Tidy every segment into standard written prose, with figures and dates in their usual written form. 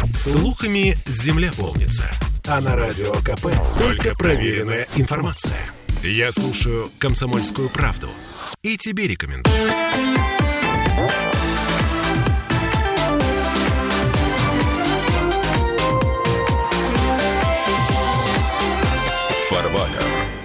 Слухами земля полнится. А на Радио КП только проверенная информация. Я слушаю «Комсомольскую правду» и тебе рекомендую. Фарватер.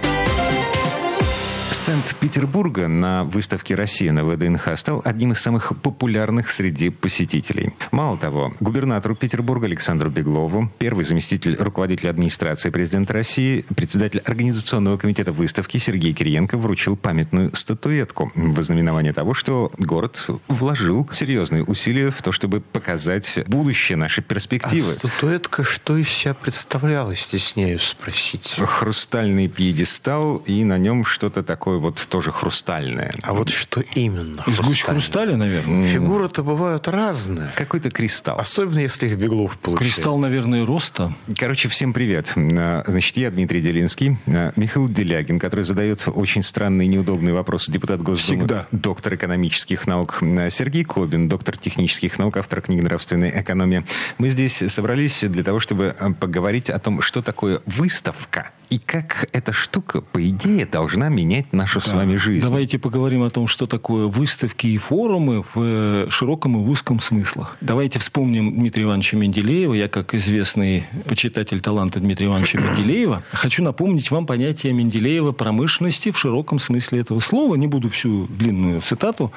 Стенд Петербурга на выставке «Россия» на ВДНХ стал одним из самых популярных среди посетителей. Мало того, губернатору Петербурга Александру Беглову, первый заместитель руководителя администрации президента России, председатель организационного комитета выставки Сергей Кириенко вручил памятную статуэтку в ознаменование того, что город вложил серьезные усилия в то, чтобы показать будущее, наши перспективы. А статуэтка что из себя представляла, стесняюсь спросить? Хрустальный пьедестал, и на нем что-то такое вот тоже хрустальное. А вот что именно? Из гусь хрусталя, наверное. Фигуры-то бывают разные. Какой-то кристалл. Особенно, если их Беглов получает. Кристалл, наверное, роста. Короче, всем привет. Значит, я Дмитрий Делинский, Михаил Делягин, который задает очень странные и неудобные вопросы, депутат Госдумы, всегда. Доктор экономических наук, Сергей Кобин, доктор технических наук, автор книги «Нравственная экономия». Мы здесь собрались для того, чтобы поговорить о том, что такое выставка и как эта штука, по идее, должна менять нашу с вами жизнь. Давайте поговорим о том, что такое выставки и форумы в широком и в узком смыслах. Давайте вспомним Дмитрия Ивановича Менделеева. Я, как известный почитатель таланта Дмитрия Ивановича Менделеева, хочу напомнить вам понятие Менделеева промышленности в широком смысле этого слова. Не буду всю длинную цитату.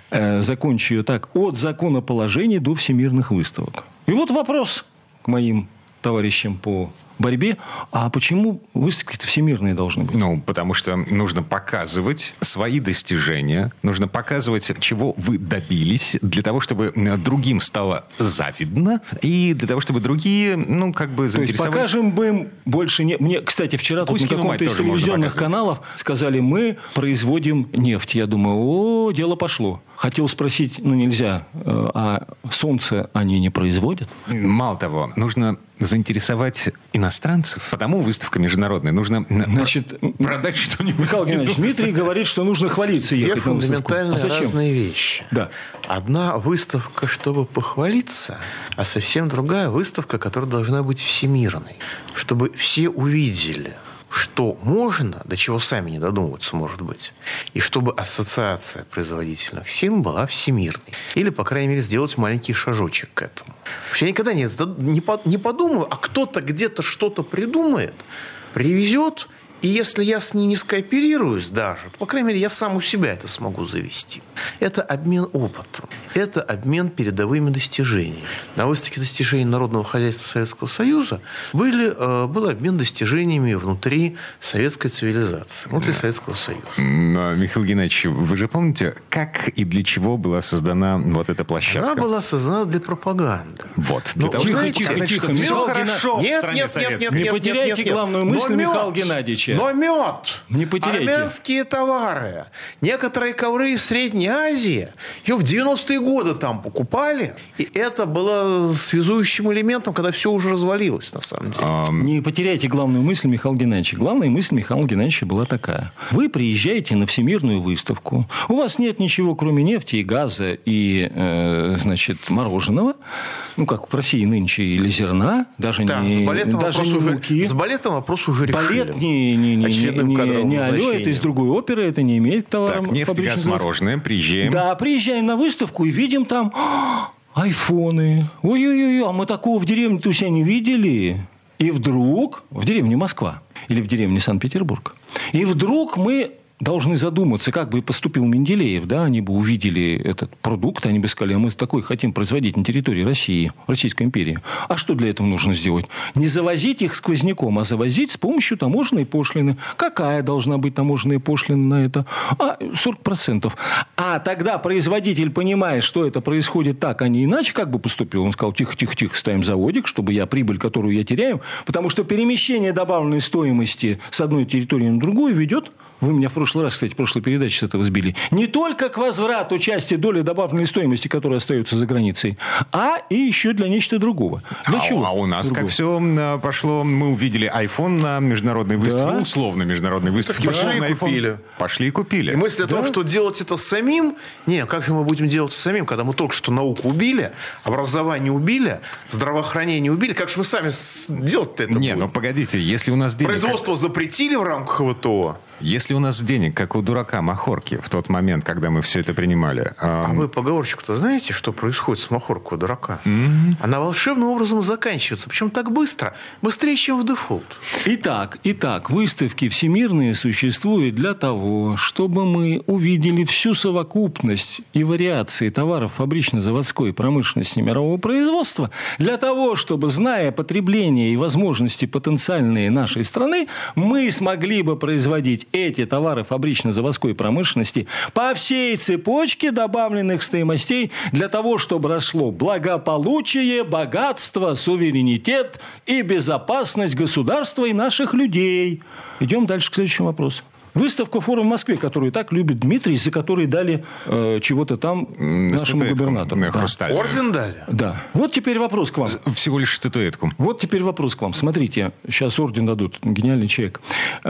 Закончу ее так. От законоположений до всемирных выставок. И вот вопрос к моим товарищам по борьбе. А почему выставки-то всемирные должны быть? Ну, потому что нужно показывать свои достижения, нужно показывать, чего вы добились, для того, чтобы другим стало завидно, и для того, чтобы другие, ну, как бы заинтересовались. То есть, покажем бы им больше... Мне, кстати, вчера тут на каком-то из телевизионных каналов сказали, мы производим нефть. Я думаю, дело пошло. Хотел спросить, нельзя, а солнце они не производят? Мало того, нужно заинтересовать иностранцев. Потому выставка международная. Нужно продать что-нибудь. Михаил Геннадьевич, Дмитрий говорит, что нужно хвалиться ехать на выставку. Фундаментально разные вещи. Да. Одна выставка, чтобы похвалиться, а совсем другая выставка, которая должна быть всемирной. Чтобы все увидели, что можно, до чего сами не додумываются, может быть, и чтобы ассоциация производительных сил была всемирной. Или, по крайней мере, сделать маленький шажочек к этому. Я никогда не подумаю, а кто-то где-то что-то придумает, привезет, и если я с ней не скооперируюсь даже, то, по крайней мере, я сам у себя это смогу завести. Это обмен опытом. Это обмен передовыми достижениями. На выставке достижений народного хозяйства Советского Союза был обмен достижениями внутри советской цивилизации, внутри Советского Союза. Михаил Геннадьевич, вы же помните, как и для чего была создана вот эта площадка? Она была создана для пропаганды. Вот. Для того, чтобы сказать, что все хорошо в стране советской. Не потеряйте главную мысль, Михаил Геннадьевич. Но мед, не потеряйте. Армянские товары, некоторые ковры из Средней Азии, ее в 90-е годы там покупали, и это было связующим элементом, когда все уже развалилось, на самом деле. Не потеряйте главную мысль, Михаил Геннадьевич. Главная мысль Михаила Геннадьевича была такая. Вы приезжаете на всемирную выставку, у вас нет ничего, кроме нефти и газа и, мороженого, как в России нынче, или зерна, даже не муки. С балетом вопрос уже решили. Балет не алло, это из другой оперы, это не имеет к товарам. Так, нефть, газ, мороженое, приезжаем. Да, приезжаем на выставку и видим там айфоны. Ой-ой-ой, а мы такого в деревне-то у себя не видели. И вдруг, в деревне Москва или в деревне Санкт-Петербург, и вдруг мы должны задуматься, как бы поступил Менделеев, да, они бы увидели этот продукт, они бы сказали, а мы такой хотим производить на территории России, Российской империи. А что для этого нужно сделать? Не завозить их сквозняком, а завозить с помощью таможенной пошлины. Какая должна быть таможенная пошлина на это? 40%. А тогда производитель, понимая, что это происходит так, а не иначе, как бы поступил? Он сказал, тихо-тихо-тихо, ставим заводик, чтобы я прибыль, которую я теряю, потому что перемещение добавленной стоимости с одной территории на другую ведет Вы меня в прошлый раз, кстати, в прошлой передаче с этого сбили. Не только к возврату части доли добавленной стоимости, которая остается за границей, а и еще для нечто другого. Для чего? А у нас другого? как все пошло? Мы увидели iPhone на международной выставке, условно международной выставке. Пошли и купили. И мысль о том, что делать это самим... Не, как же мы будем делать самим, когда мы только что науку убили, образование убили, здравоохранение убили? Как же мы сами делать-то это Не, будем? ну погодите, если у нас денег... Производство запретили в рамках ВТО. Если у нас денег, как у дурака Махорки в тот момент, когда мы все это принимали... А вы поговорочку-то знаете, что происходит с Махоркой у дурака? Она волшебным образом заканчивается. Причем так быстро. Быстрее, чем в дефолт. Итак, выставки всемирные существуют для того, чтобы мы увидели всю совокупность и вариации товаров фабрично-заводской промышленности мирового производства, для того, чтобы, зная потребление и возможности потенциальные нашей страны, мы смогли бы производить эти товары фабрично-заводской промышленности по всей цепочке добавленных стоимостей для того, чтобы росло благополучие, богатство, суверенитет и безопасность государства и наших людей. Идем дальше к следующему вопросу. Выставка «Форум в Москве», которую так любит Дмитрий, за который дали чего-то там нашему губернатору. Да. Орден дали? Да. Вот теперь вопрос к вам. Всего лишь статуэтку. Вот теперь вопрос к вам. Смотрите, сейчас орден дадут. Гениальный человек.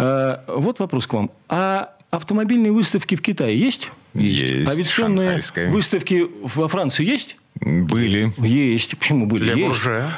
Вот вопрос к вам. А автомобильные выставки в Китае есть? Есть. Авиационные выставки во Франции есть? Были. Есть. Почему были? Для есть. буржуя.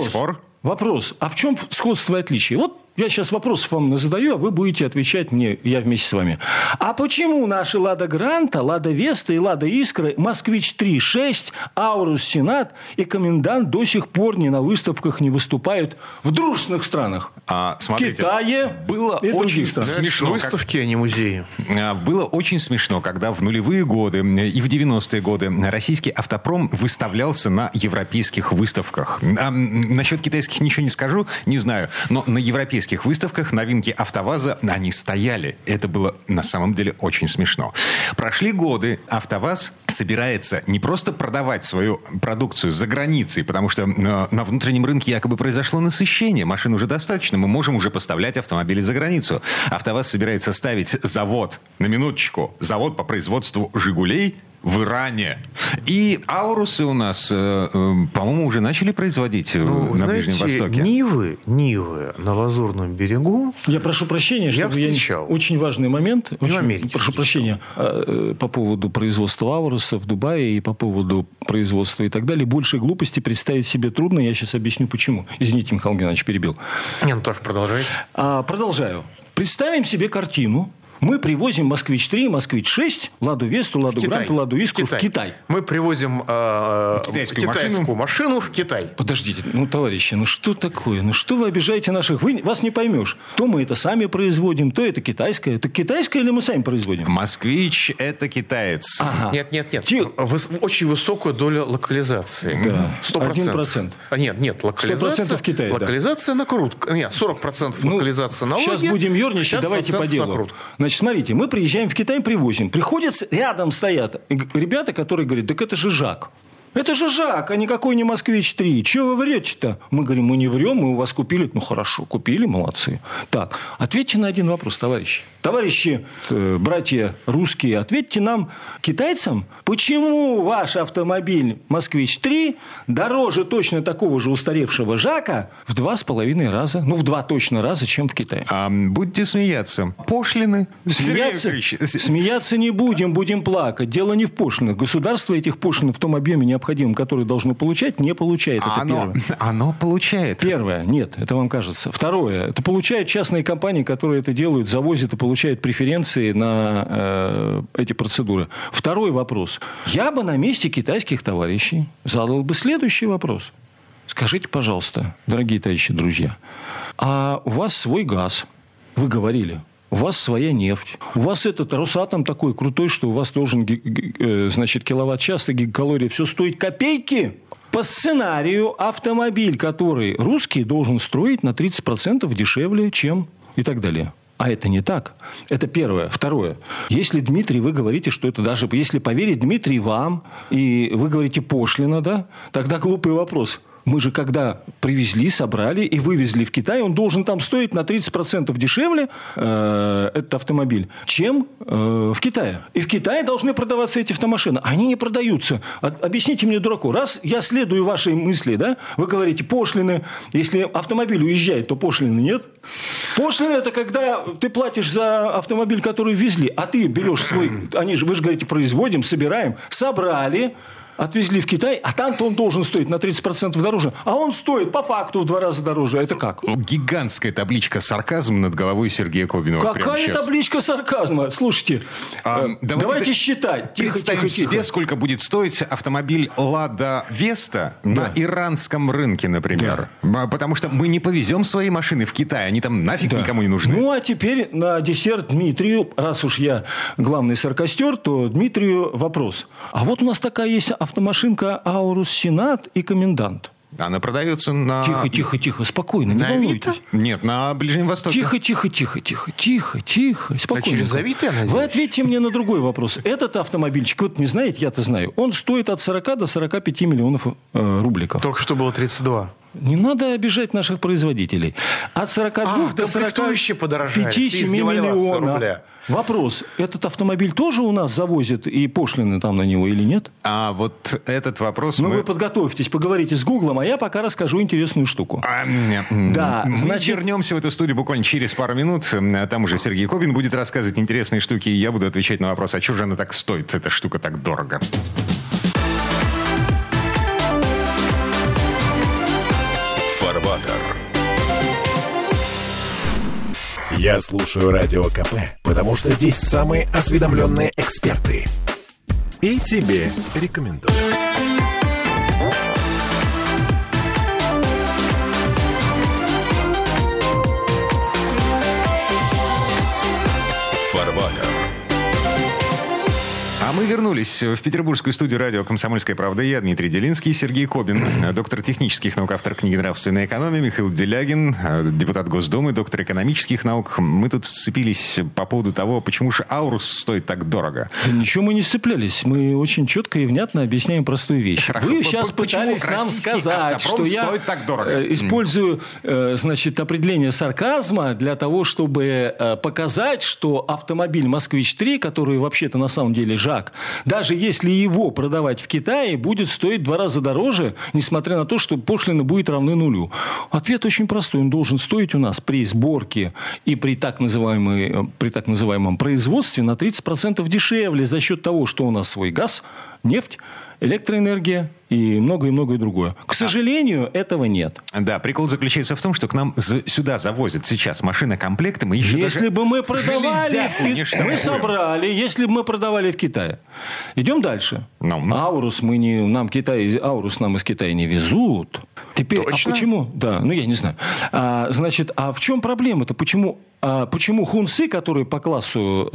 Вопрос. А в чем сходство и отличие? Вот я сейчас вопросов вам задаю, а вы будете отвечать мне, я вместе с вами. А почему наши «Лада Гранта», «Лада Веста» и «Лада Искра», «Москвич-3», «6», «Аурус Сенат» и «Комендант» до сих пор ни на выставках не выступают в дружественных странах? Смотрите, в Китае было и очень странах. смешно. Выставки, а не музеи. Было очень смешно, когда в нулевые годы и в 90-е годы российский автопром выставлялся на европейских выставках. Насчет китайских ничего не скажу, не знаю, но на европейских выставках новинки АвтоВАЗа, они стояли. Это было на самом деле очень смешно. Прошли годы, АвтоВАЗ собирается не просто продавать свою продукцию за границей, потому что на внутреннем рынке якобы произошло насыщение, машин уже достаточно, мы можем уже поставлять автомобили за границу. АвтоВАЗ собирается ставить завод, на минуточку, завод по производству «Жигулей» в Иране. И аурусы у нас, по-моему, уже начали производить на Ближнем Востоке. Нивы на Лазурном берегу. Я прошу прощения, я чтобы встречал. Очень важный момент. В Америке прошу прощения по поводу производства ауруса в Дубае и по поводу производства и так далее. Больше глупости представить себе трудно. Я сейчас объясню, почему. Извините, Михаил Геннадьевич, перебил. Тоже продолжайте. Продолжаю. Представим себе картину. Мы привозим «Москвич-3», «Москвич-6», «Ладу Весту», «Ладу Гранту», «Ладу Искру» в Китай. Мы привозим китайскую машину в Китай. Подождите, товарищи, что такое? Что вы обижаете наших? Вас не поймешь. То мы это сами производим, то это китайское. Это китайское или мы сами производим? «Москвич» — это китаец. Ага. Нет. Очень высокая доля локализации. Да. 100%. Нет, локализация. 100% в Китае, локализация накрутка. Нет, 40% локализация налоги. Сейчас будем ерничать, давайте по делу. Накрутка. Значит, смотрите, мы приезжаем в Китай, привозим. Приходят, рядом стоят ребята, которые говорят, так это же Жак. Это же Жак, а никакой не «Москвич-3». Чего вы врете-то? Мы говорим, мы не врем, мы у вас купили. Хорошо, купили, молодцы. Так, ответьте на один вопрос, товарищи. Товарищи, братья русские, ответьте нам, китайцам, почему ваш автомобиль «Москвич-3» дороже точно такого же устаревшего Жака в 2,5 раза, в 2 точно раза, чем в Китае? Будете смеяться. Пошлины. Смеяться не будем плакать. Дело не в пошлинах. Государство этих пошлин в том объеме необходимом, который должно получать, не получает. Это первое. Оно получает. Первое. Нет, это вам кажется. Второе. Это получают частные компании, которые это делают, завозят и получают преференции на эти процедуры. Второй вопрос. Я бы на месте китайских товарищей задал бы следующий вопрос. Скажите, пожалуйста, дорогие товарищи, друзья, а у вас свой газ, вы говорили, у вас своя нефть. У вас этот Росатом такой крутой, что у вас должен, киловатт-час и гигакалории все стоит копейки. По сценарию автомобиль, который русский, должен строить на 30% дешевле, чем и так далее. А это не так. Это первое. Второе. Если, Дмитрий, вы говорите, что это даже... Если поверить, Дмитрий, вам, и вы говорите пошлина, да? Тогда глупый вопрос. Мы же когда привезли, собрали и вывезли в Китай, он должен там стоить на 30% дешевле, этот автомобиль, чем в Китае. И в Китае должны продаваться эти автомашины. Они не продаются. Объясните мне, дураку, раз я следую вашей мысли, да, вы говорите, пошлины, если автомобиль уезжает, то пошлины нет. Пошлины – это когда ты платишь за автомобиль, который везли, а ты берешь свой, вы же говорите, производим, собираем, собрали, отвезли в Китай, а там-то он должен стоить на 30% дороже. А он стоит по факту в 2 раза дороже. Это как? Гигантская табличка «Сарказм» над головой Сергея Кобинова. Какая табличка сарказма? Слушайте, давайте считать. Представим себе, сколько будет стоить автомобиль «Лада Веста» на иранском рынке, например. Да. Потому что мы не повезем свои машины в Китай. Они там нафиг никому не нужны. Ну, а теперь на десерт Дмитрию, раз уж я главный саркастер, то Дмитрию вопрос. А вот у нас такая есть автомашинка «Аурус Сенат» и «Комендант». Она продается на... Тихо, спокойно, не волнуйтесь. Нет, на Ближнем Востоке. Тихо, спокойно. А через Авито, вы ответьте мне на другой вопрос. Этот автомобильчик, вот не знаете, я-то знаю, он стоит от 40 до 45 миллионов рубликов. Только что было 32. Не надо обижать наших производителей. От 42 до 45-7 миллионов. Рубля. Вопрос. Этот автомобиль тоже у нас завозят и пошлины там на него или нет? А вот этот вопрос... Вы подготовьтесь, поговорите с Гуглом, а я пока расскажу интересную штуку. Да, мы вернемся в эту студию буквально через пару минут. Там уже Сергей Кобин будет рассказывать интересные штуки, и я буду отвечать на вопрос, а что же она так стоит, эта штука так дорого? Фарватер. Я слушаю Радио КП, потому что здесь самые осведомленные эксперты. И тебе рекомендую. Фарватер. А мы вернулись в петербургскую студию радио «Комсомольская правда». Я Дмитрий Делинский, Сергей Кобин, доктор технических наук, автор книги «Нравственная экономия», Михаил Делягин, депутат Госдумы, доктор экономических наук. Мы тут сцепились по поводу того, почему же «Аурус» стоит так дорого. Да ничего мы не сцеплялись. Мы очень четко и внятно объясняем простую вещь. Хорошо. Вы сейчас пытались нам сказать, что я использую определение сарказма для того, чтобы показать, что автомобиль «Москвич-3», который вообще-то на самом деле жак, даже если его продавать в Китае, будет стоить в 2 раза дороже, несмотря на то, что пошлина будет равны нулю. Ответ очень простой. Он должен стоить у нас при сборке и при так называемом производстве на 30% дешевле за счет того, что у нас свой газ, нефть, электроэнергия и многое другое. К сожалению, этого нет. Да, прикол заключается в том, что к нам сюда завозят сейчас машинокомплекты. Мы еще если бы мы продавали мы собрали, если бы мы продавали в Китае. Идем дальше. Аурус Аурус нам из Китая не везут. Теперь, точно? А почему? Да, я не знаю. А в чем проблема-то? Почему Хунсы, который по классу,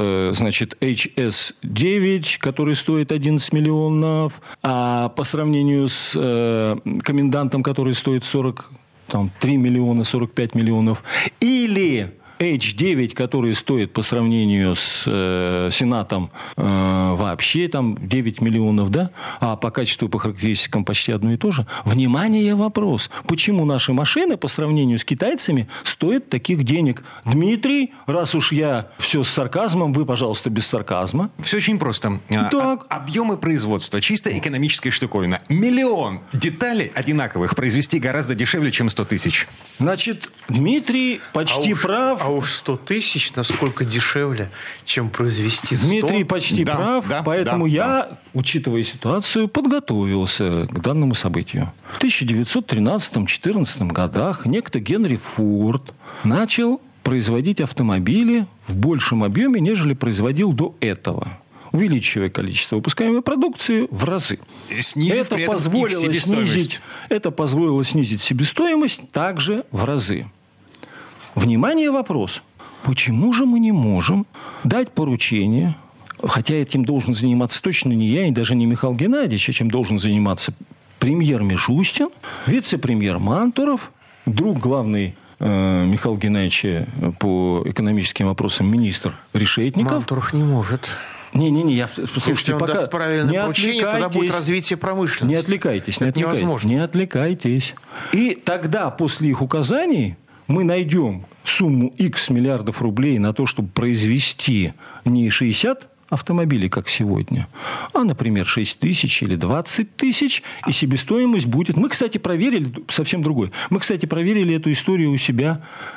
HS9, который стоит 11 миллионов, а по сравнению с комендантом, который стоит 43 миллиона, 45 миллионов, или H9, который стоит по сравнению с Сенатом вообще 9 миллионов, да? А по качеству, по характеристикам почти одно и то же. Внимание, вопрос. Почему наши машины по сравнению с китайцами стоят таких денег? Дмитрий, раз уж я все с сарказмом, вы, пожалуйста, без сарказма. Все очень просто. Объемы производства. Чисто экономическая штуковина. 1 миллион деталей одинаковых произвести гораздо дешевле, чем 100 тысяч. Значит, Дмитрий почти прав. А уж 100 тысяч насколько дешевле, чем произвести 100? Дмитрий почти прав, поэтому я, учитывая ситуацию, подготовился к данному событию. В 1913-14 годах некто Генри Форд начал производить автомобили в большем объеме, нежели производил до этого, увеличивая количество выпускаемой продукции в разы. Это позволило снизить себестоимость также в разы. Внимание, вопрос. Почему же мы не можем дать поручение, хотя этим должен заниматься точно не я и даже не Михаил Геннадьевич, этим должен заниматься премьер Мишустин, вице-премьер Мантуров, друг главный Михаила Геннадьевича по экономическим вопросам министр Решетников. Мантуров не может. Если он даст правильное поручение, тогда будет развитие промышленности. Не отвлекайтесь. Невозможно. Не отвлекайтесь. И тогда, после их указаний, мы найдем сумму X миллиардов рублей на то, чтобы произвести не 60 автомобилей, как сегодня, а, например, 6 тысяч или 20 тысяч, и себестоимость будет... Мы, кстати, проверили, совсем другой, мы, кстати, проверили эту историю у себя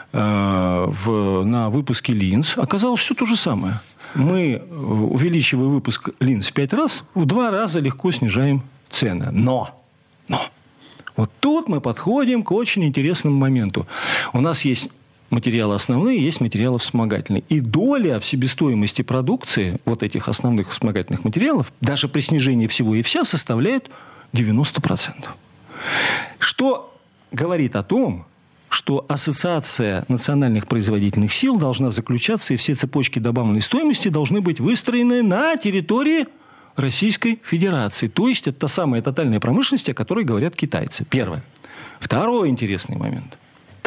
на выпуске линз. Оказалось, все то же самое. Мы, увеличивая выпуск линз в 5 раз, в 2 раза легко снижаем цены. Но! Вот тут мы подходим к очень интересному моменту. У нас есть материалы основные, есть материалы вспомогательные. И доля в себестоимости продукции вот этих основных вспомогательных материалов, даже при снижении всего и вся, составляет 90%. Что говорит о том, что ассоциация национальных производительных сил должна заключаться, и все цепочки добавленной стоимости должны быть выстроены на территории Российской Федерации. То есть, это та самая тотальная промышленность, о которой говорят китайцы. Первое. Второй интересный момент.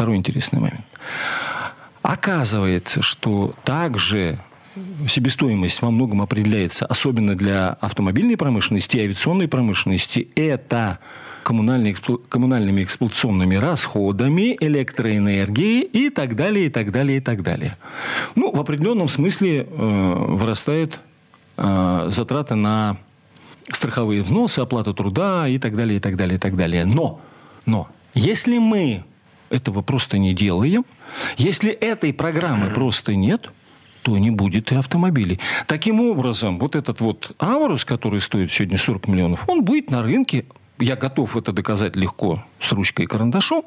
Оказывается, что также себестоимость во многом определяется, особенно для автомобильной промышленности и авиационной промышленности, это коммунальными эксплуатационными расходами, электроэнергией и так далее, и так далее, и так далее. В определенном смысле вырастают затраты на страховые взносы, оплату труда и так далее, и так далее, и так далее. Но если мы этого просто не делаем, если этой программы просто нет, то не будет и автомобилей. Таким образом, вот этот вот Аурус, который стоит сегодня 40 миллионов, он будет на рынке, я готов это доказать легко с ручкой и карандашом,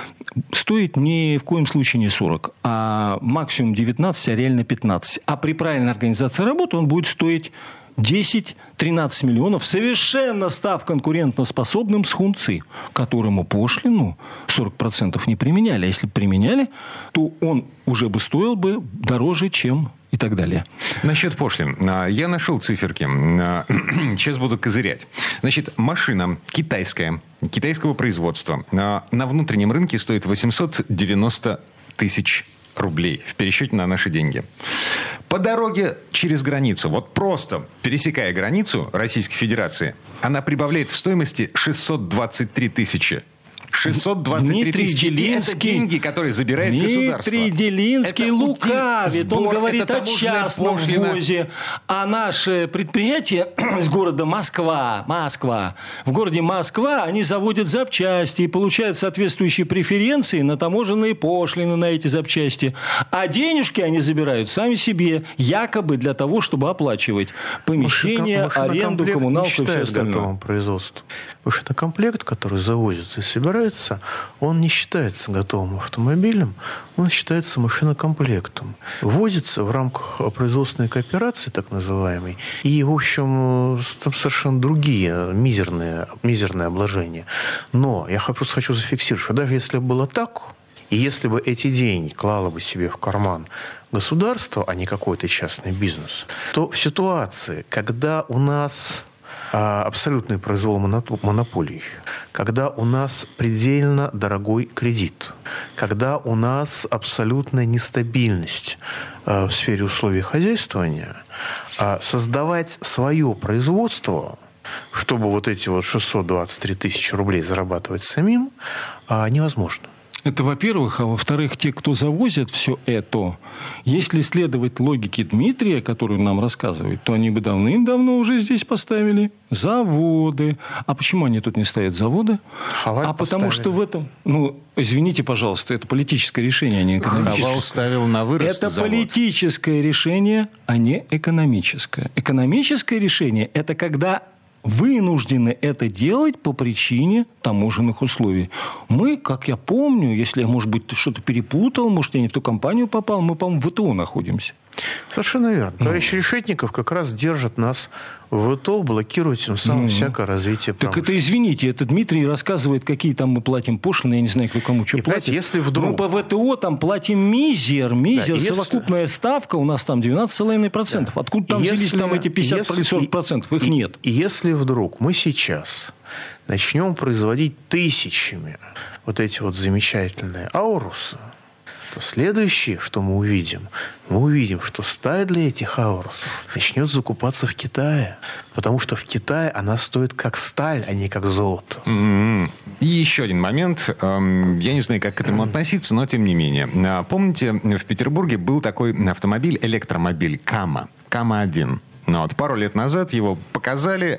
стоит ни в коем случае не 40, а максимум 19, а реально 15. А при правильной организации работы он будет стоить 10-13 миллионов, совершенно став конкурентоспособным с Хунци, которому пошлину 40% не применяли. А если бы применяли, то он уже бы стоил бы дороже, чем и так далее. Насчет пошлин. Я нашел циферки. Сейчас буду козырять. Значит, машина китайского производства на внутреннем рынке стоит 890 тысяч рублей в пересчете на наши деньги. По дороге через границу, вот просто пересекая границу Российской Федерации, она прибавляет в стоимости 623 тысячи. 623 тысячи. Это деньги, которые забирает государство. Дмитрий Делинский лукавит. Он говорит о частном ввозе. А наше предприятие из города Москва, в городе Москва, они заводят запчасти и получают соответствующие преференции на таможенные пошлины на эти запчасти. А денежки они забирают сами себе, якобы для того, чтобы оплачивать помещение, аренду, коммуналку и все остальное. Машинокомплект, который завозится и собирается, он не считается готовым автомобилем, он считается машинокомплектом. Ввозится в рамках производственной кооперации, так называемой, и, в общем, там совершенно другие мизерные обложения. Но я просто хочу зафиксировать, что даже если было так, и если бы эти деньги клало бы себе в карман государство, а не какой-то частный бизнес, то в ситуации, когда у нас абсолютный произвол монополий, когда у нас предельно дорогой кредит, когда у нас абсолютная нестабильность в сфере условий хозяйствования, создавать свое производство, чтобы вот эти вот 623 тысячи рублей зарабатывать самим, невозможно. Это, во-первых. А во-вторых, те, кто завозят все это, если следовать логике Дмитрия, которую нам рассказывает, то они бы давным-давно уже здесь поставили заводы. А почему они тут не ставят заводы? Потому что в этом... извините, пожалуйста, это политическое решение, а не экономическое. Хавал ставил на вырост Это завод. политическое решение, а не экономическое. Экономическое решение – это когда вынуждены это делать по причине таможенных условий. Мы, как я помню, если я, может быть, что-то перепутал, может, я не в ту компанию попал, мы, по-моему, в ВТО находимся. Совершенно верно. Товарищ Решетников как раз держит нас в ВТО, блокирует тем самым всякое развитие промышленности. Так это, извините, это Дмитрий рассказывает, какие там мы платим пошлины, я не знаю, кто кому что платит. Если вдруг... Мы по ВТО там платим мизер, совокупная ставка у нас там 12,5%. Да. Откуда там взялись там эти 50 или 40%? Их нет. И если вдруг мы сейчас начнем производить тысячами вот эти вот замечательные аурусы, что следующее, что мы увидим, что сталь для этих аурусов начнет закупаться в Китае. Потому что в Китае она стоит как сталь, а не как золото. И еще один момент. Я не знаю, как к этому относиться, но тем не менее. Помните, в Петербурге был такой автомобиль, электромобиль Кама. Кама-1. Но вот пару лет назад его показали,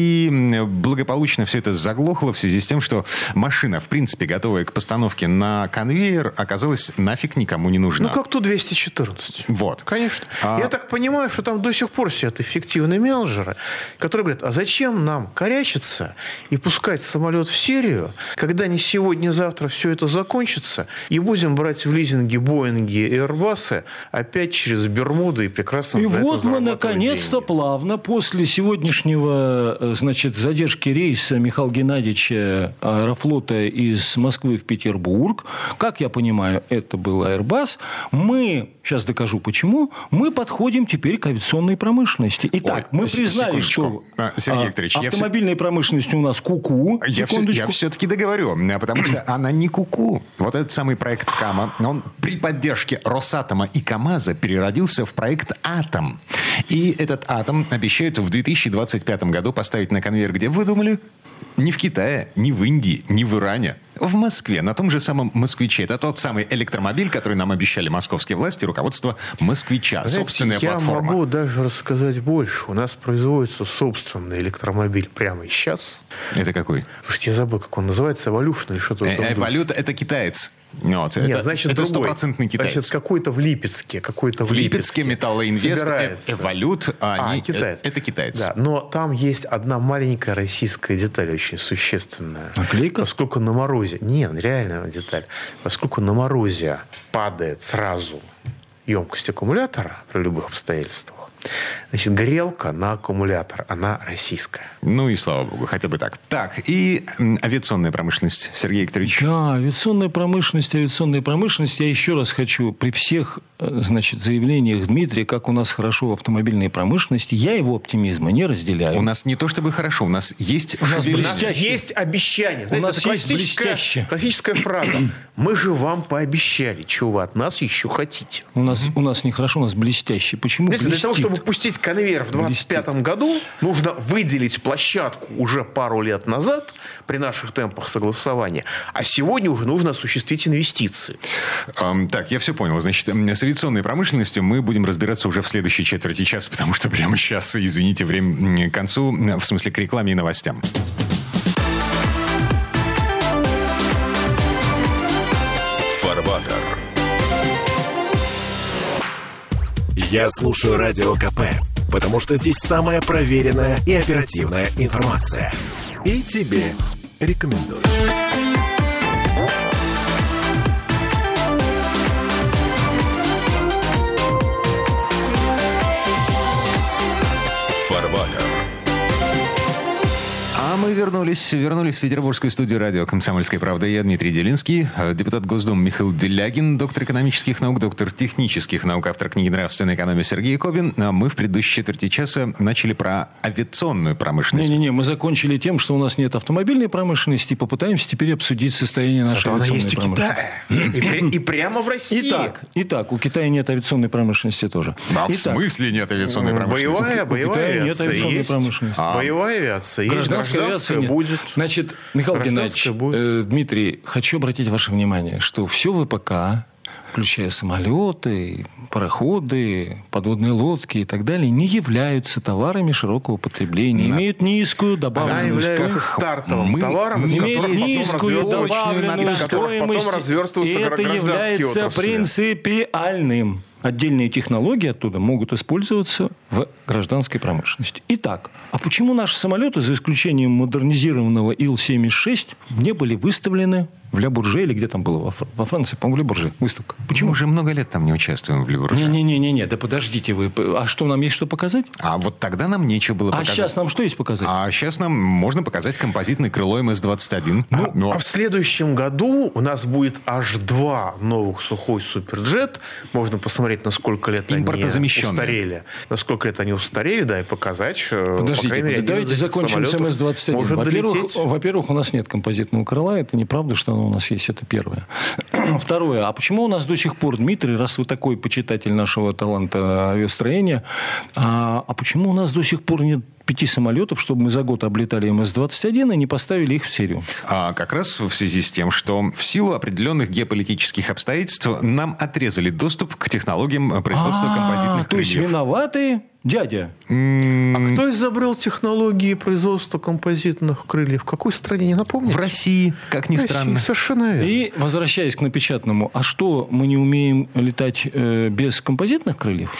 и благополучно все это заглохло в связи с тем, что машина, в принципе, готовая к постановке на конвейер, оказалась нафиг никому не нужна. Ну, как Ту-214. Вот. Конечно. Я так понимаю, что там до сих пор сидят эффективные менеджеры, которые говорят, а зачем нам корячиться и пускать самолет в серию, когда не сегодня, не завтра все это закончится, и будем брать в лизинге Боинги и Airbus'ы опять через Бермуды и прекрасно и за вот это мы, зарабатывать наконец-то, деньги. плавно после сегодняшнего, значит, задержки рейса Михаила Геннадьевича Аэрофлота из Москвы в Петербург, как я понимаю, это был Airbus, мы, сейчас докажу почему, мы подходим теперь к авиационной промышленности. Итак, мы признали, что Сергей Викторович, автомобильная промышленность у нас ку-ку. Я все-таки договорю, потому что она не ку-ку. Вот этот самый проект Кама, он при поддержке Росатома и КамАЗа переродился в проект Атом. И этот Атом обещают в 2025 году поставить на конвейер, где вы думали? Не в Китае, не в Индии, не в Иране. В Москве, на том же самом «Москвиче». Это тот самый электромобиль, который нам обещали московские власти, руководство «Москвича». Знаете, собственная платформа. Я могу даже рассказать больше. У нас производится собственный электромобиль прямо сейчас. Это какой? Слушайте, я забыл, как он называется. Evolution или что-то. Evolution — это китаец. Вот, нет, значит, это другой. Стопроцентный китаец. Значит, какой-то в Липецке. В Липецке Металлоинвест, Эволют, китаец. Это китаец. Да, но там есть одна маленькая российская деталь, очень существенная. Наклейка? Поскольку на морозе... Нет, реальная деталь. Поскольку на морозе падает сразу емкость аккумулятора при любых обстоятельствах, значит, грелка на аккумулятор, она российская. Ну и слава богу, хотя бы так. Так, и авиационная промышленность, Сергей Викторович. Да, авиационная промышленность. Я еще раз хочу, при всех, значит, заявлениях Дмитрия, как у нас хорошо в автомобильной промышленности, я его оптимизма не разделяю. У нас не то чтобы хорошо, у нас есть... У нас есть обещание. Знаете, у нас есть классическая фраза. Мы же вам пообещали, чего вы от нас еще хотите. У нас нехорошо, у нас блестяще. Почему блестит? Для того, чтобы пустить конвейер в 2025 году, нужно выделить площадку уже пару лет назад при наших темпах согласования, а сегодня уже нужно осуществить инвестиции. Так, я все понял. Значит, с авиационной промышленностью мы будем разбираться уже в следующей четверти часа, потому что прямо сейчас, извините, время к концу, в смысле к рекламе и новостям. Фарватер. Я слушаю Радио КП, потому что здесь самая проверенная и оперативная информация. И тебе рекомендую. Фарватер. А мы вернулись в петербургскую студию радио «Комсомольская правда». Я Дмитрий Делинский, депутат Госдумы Михаил Делягин, доктор экономических наук, доктор технических наук, автор книги «Нравственная экономия» Сергей Кобин. А мы в предыдущей четверти часа начали про авиационную промышленность. Не-не-не, мы закончили тем, что у нас нет автомобильной промышленности, и попытаемся теперь обсудить состояние нашей авиационной промышленности. И прямо в России. Итак, у Китая нет авиационной промышленности тоже. А в смысле нет авиационной промышленности? Боевая нет авиация авиационной есть. промышленности. Боевая авиация есть. Гражданская будет. Значит, Михаил Геннадьевич, Дмитрий, хочу обратить ваше внимание, что все ВПК, включая самолеты, пароходы, подводные лодки и так далее, не являются товарами широкого потребления, имеют низкую добавленную стоимость. Она является стартовым товаром, имеет низкую добавленную стоимость, разверстываются и это является принципиальным. Отдельные технологии оттуда могут использоваться в гражданской промышленности. Итак, а почему наши самолеты, за исключением модернизированного Ил-76, не были выставлены в Ля Бурже, или где там было во Франции, по-моему, в Ля Бурже выставка? Почему? Мы уже много лет там не участвуем в Ля Бурже. Не, да подождите вы. А что, нам есть что показать? А вот тогда нам нечего было показать. А сейчас нам что есть показать? А сейчас нам можно показать композитное крыло МС-21. А в следующем году у нас будет аж 2 новых Сухой Суперджет. Можно посмотреть, насколько лет они устарели. Насколько лет они устарели, да, и показать, подождите, давайте закончим с МС-21. Во-первых, у нас нет композитного крыла. Это неправда, что оно оно у нас есть, это первое. Второе, а почему у нас до сих пор, Дмитрий, раз вы такой почитатель нашего таланта авиастроения, а почему у нас до сих пор нет 5 самолетов, чтобы мы за год облетали МС-21 и не поставили их в серию? А как раз в связи с тем, что в силу определенных геополитических обстоятельств нам отрезали доступ к технологиям производства композитных крыльев. То есть виноваты дядя. А кто изобрел технологии производства композитных крыльев? В какой стране, не напомните? В России, как ни странно. Совершенно верно. И, возвращаясь к напечатанному, а что, мы не умеем летать без композитных крыльев?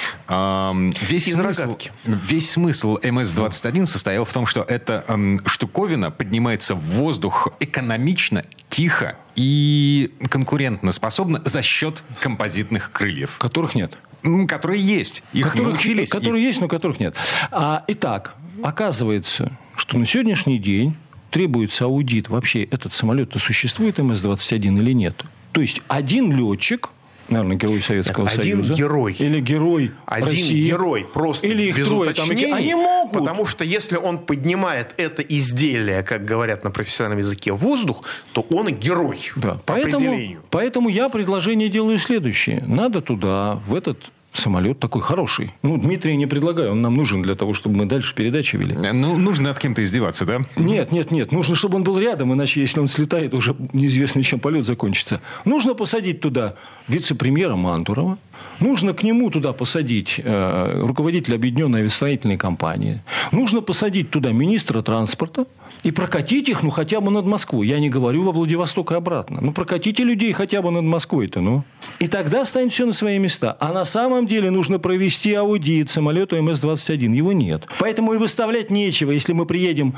Весь смысл МС-21 состоял в том, что эта штуковина поднимается в воздух экономично, тихо и конкурентно способна за счет композитных крыльев. Которых нет. Которые есть. Их научились. Которые есть, но которых нет. Итак, оказывается, что на сегодняшний день требуется аудит. Вообще, этот самолет-то существует, МС-21, или нет? То есть, один летчик, наверное, герой Советского Союза. Один герой. Или герой России. Один герой, просто или без уточнений. Они могут. Потому что если он поднимает это изделие, как говорят на профессиональном языке, в воздух, то он герой. Да. По определению. Поэтому я предложение делаю следующее. Надо туда, в этот самолет такой хороший. Дмитрия не предлагаю. Он нам нужен для того, чтобы мы дальше передачи вели. Нужно над кем-то издеваться, да? Нет. Нужно, чтобы он был рядом. Иначе, если он слетает, уже неизвестно, чем полет закончится. Нужно посадить туда вице-премьера Мантурова. Нужно к нему туда посадить руководителя Объединенной авиастроительной компании. Нужно посадить туда министра транспорта и прокатить их, хотя бы над Москвой. Я не говорю во Владивосток и обратно. Прокатите людей хотя бы над Москвой-то, И тогда станет все на свои места. А на самом деле нужно провести аудит самолету МС-21. Его нет. Поэтому и выставлять нечего. Если мы приедем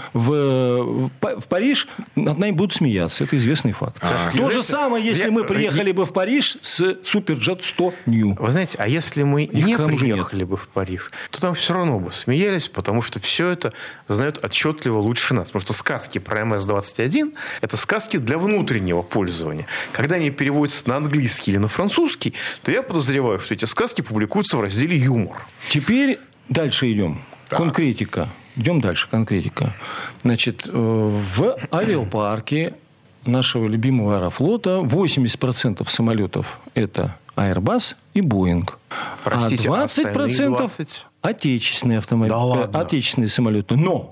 в Париж, над нами будут смеяться. Это известный факт. То же самое, если мы приехали бы в Париж с Суперджет 100 New. Вы знаете, а если мы не приехали бы в Париж, то там все равно бы смеялись, потому что все это знают отчетливо лучше нас. Потому что сказки про МС-21 – это сказки для внутреннего пользования. Когда они переводятся на английский или на французский, то я подозреваю, что эти сказки публикуются в разделе «Юмор». Теперь дальше идем. Так. Конкретика. Идем дальше. Конкретика. Значит, в авиапарке нашего любимого Аэрофлота 80% самолетов – это Airbus и Boeing. Простите, а 20% отечественные автомобили. Да ладно. Отечественные самолеты. Но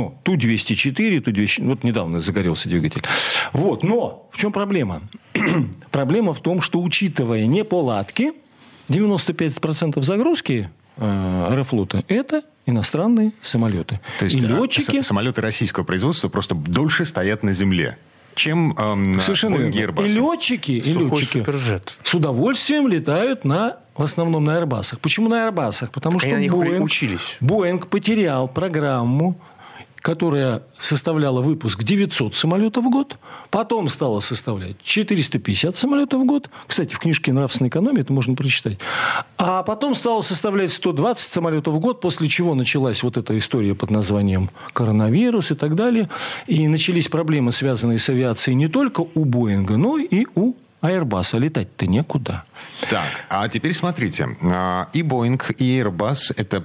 Ту-204, Ту-200... недавно загорелся двигатель. Но в чем проблема? Проблема в том, что, учитывая неполадки, 95% загрузки Аэрофлота – это иностранные самолеты. То есть, и летчики... самолеты российского производства просто дольше стоят на земле, чем Совершенно Boeing и Airbus. И летчики с удовольствием летают в основном на Airbus'ах. Почему на Airbus'ах? Потому что Boeing потерял программу, которая составляла выпуск 900 самолетов в год, потом стала составлять 450 самолетов в год. Кстати, в книжке «Нравственная экономия» это можно прочитать. А потом стала составлять 120 самолетов в год, после чего началась вот эта история под названием коронавирус и так далее. И начались проблемы, связанные с авиацией не только у Боинга, но и у Airbus. Летать-то некуда. Так, а теперь смотрите. И Boeing, и Airbus – это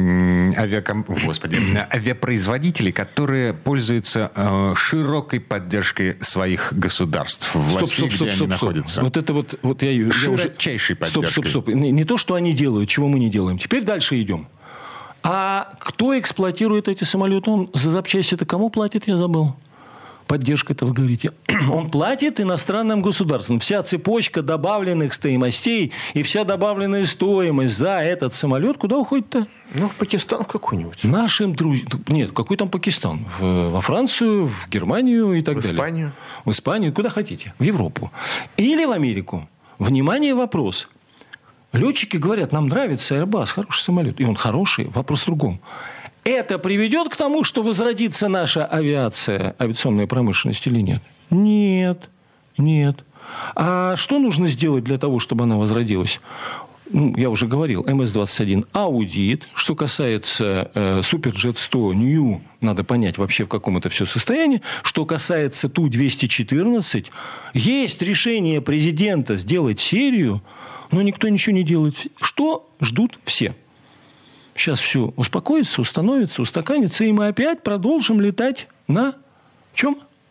авиапроизводители, которые пользуются широкой поддержкой своих государств, властей, где они находятся. Вот это вот я широчайшей поддержкой. Стоп. Не то, что они делают, чего мы не делаем. Теперь дальше идем. А кто эксплуатирует эти самолеты? Он за запчасти-то кому платит, я забыл. Поддержка-то, вы говорите. Он платит иностранным государствам. Вся цепочка добавленных стоимостей и вся добавленная стоимость за этот самолет куда уходит-то? В Пакистан какой-нибудь. Нашим друзьям. Нет, какой там Пакистан? Во Францию, в Германию и так далее. В Испанию. Куда хотите. В Европу. Или в Америку. Внимание, вопрос. Летчики говорят, нам нравится Airbus, хороший самолет. И он хороший. Вопрос в другом. Это приведет к тому, что возродится наша авиационная промышленность или нет? Нет. А что нужно сделать для того, чтобы она возродилась? Я уже говорил, МС-21 аудит. Что касается Суперджет 100 New, надо понять вообще, в каком это все состоянии. Что касается Ту-214, есть решение президента сделать серию, но никто ничего не делает. Что ждут все? Сейчас все успокоится, установится, устаканится, и мы опять продолжим летать на чем?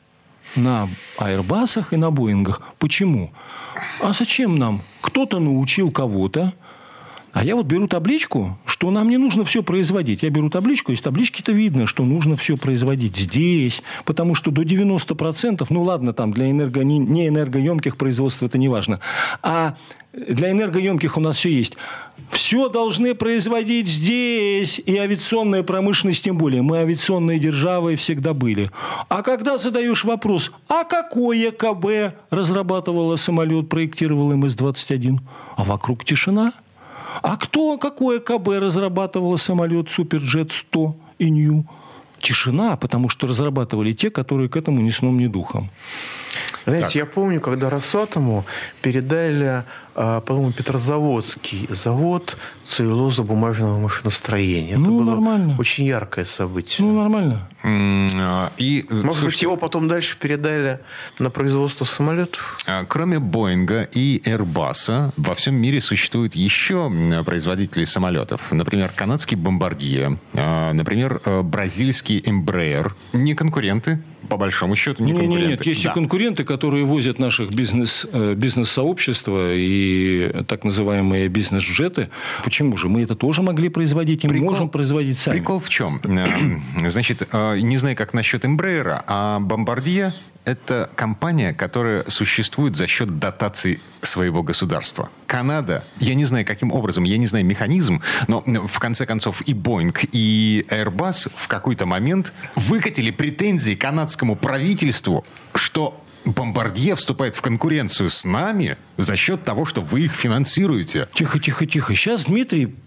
на Airbus'ах и на Боингах. Почему? А зачем нам? Кто-то научил кого-то. А я вот беру табличку, что нам не нужно все производить. Я беру табличку, из таблички-то видно, что нужно все производить здесь. Потому что до 90%, ну ладно, там для неэнергоемких производств это не важно. А для энергоемких у нас все есть. Все должны производить здесь. И авиационная промышленность тем более. Мы авиационной державой всегда были. А когда задаешь вопрос, а какое КБ разрабатывало самолет, проектировал МС-21? А вокруг тишина. А какое КБ разрабатывало самолет Суперджет-100 и Нью? Тишина, потому что разрабатывали те, которые к этому ни сном, ни духом. Знаете, я помню, когда Росатому передали, по-моему, Петрозаводский завод целлюлозо-бумажного машиностроения. Это было нормально. Очень яркое событие. Нормально. Может быть, его потом дальше передали на производство самолетов? Кроме Боинга и Airbus'а, во всем мире существуют еще производители самолетов. Например, канадский Bombardier, например, бразильский Embraer. Не конкуренты, по большому счету, не конкуренты. Нет, есть и конкуренты, которые возят наших бизнес-сообщества и так называемые бизнес-джеты. Почему же? Мы это тоже могли производить и можем производить сами. Прикол в чем? Значит, не знаю, как насчет Embraer, а Bombardier – это компания, которая существует за счет дотаций своего государства. Канада, я не знаю, каким образом, я не знаю механизм, но в конце концов и Boeing, и Airbus в какой-то момент выкатили претензии канадскому правительству, что Bombardier вступает в конкуренцию с нами за счет того, что вы их финансируете. Тихо. Сейчас Дмитрий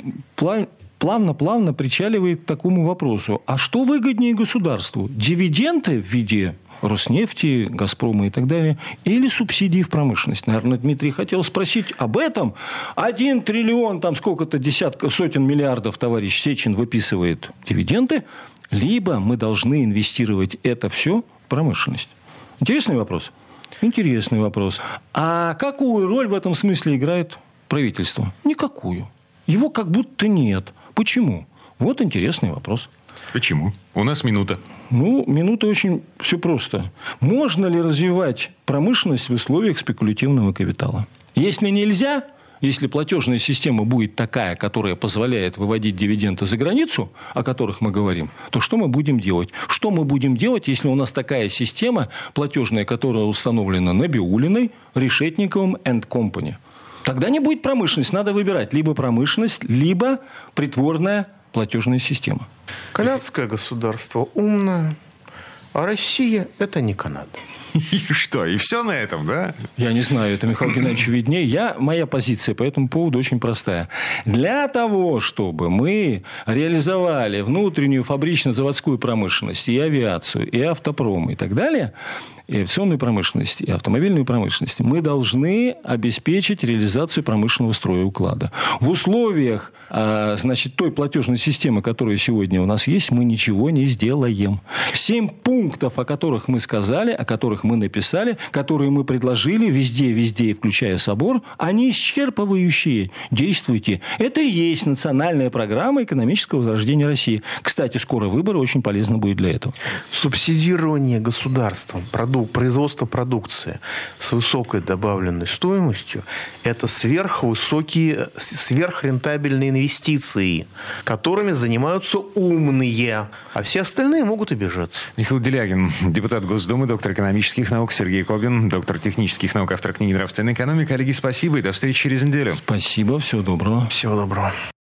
плавно причаливает к такому вопросу. А что выгоднее государству? Дивиденды в виде Роснефти, Газпрома и так далее, или субсидии в промышленность? Наверное, Дмитрий хотел спросить об этом. 1 триллион, там сколько-то сотен миллиардов товарищ Сечин выписывает дивиденды, либо мы должны инвестировать это все в промышленность. Интересный вопрос? Интересный вопрос. А какую роль в этом смысле играет правительство? Никакую. Его как будто нет. Почему? Вот интересный вопрос. Почему? У нас минута. Минута очень все просто. Можно ли развивать промышленность в условиях спекулятивного капитала? Если нельзя, если платежная система будет такая, которая позволяет выводить дивиденды за границу, о которых мы говорим, то что мы будем делать? Что мы будем делать, если у нас такая система платежная, которая установлена Набиуллиной, Решетниковым and Company? Тогда не будет промышленности. Надо выбирать либо промышленность, либо притворная платежная система. Канадское государство умное, а Россия – это не Канада. И что? И все на этом, да? Я не знаю, это Михаил Геннадьевич виднее. Моя позиция по этому поводу очень простая. Для того, чтобы мы реализовали внутреннюю фабрично-заводскую промышленность, и авиацию, и автопром, и так далее, и авиационную промышленность, и автомобильную промышленность, мы должны обеспечить реализацию промышленного строя уклада. В условиях, той платежной системы, которая сегодня у нас есть, мы ничего не сделаем. 7 пунктов, о которых мы сказали, о которых мы написали, которые мы предложили везде, включая собор, они исчерпывающие. Действуйте. Это и есть национальная программа экономического возрождения России. Кстати, скоро выборы, очень полезно будет для этого. Субсидирование государством производство продукции с высокой добавленной стоимостью – это сверхрентабельные инвестиции, которыми занимаются умные, а все остальные могут обижаться. Михаил Делягин, депутат Госдумы, доктор экономических наук, Сергей Кобин, доктор технических наук, автор книги «Нравственная экономика». Коллеги, спасибо и до встречи через неделю. Спасибо, всего доброго. Всего доброго.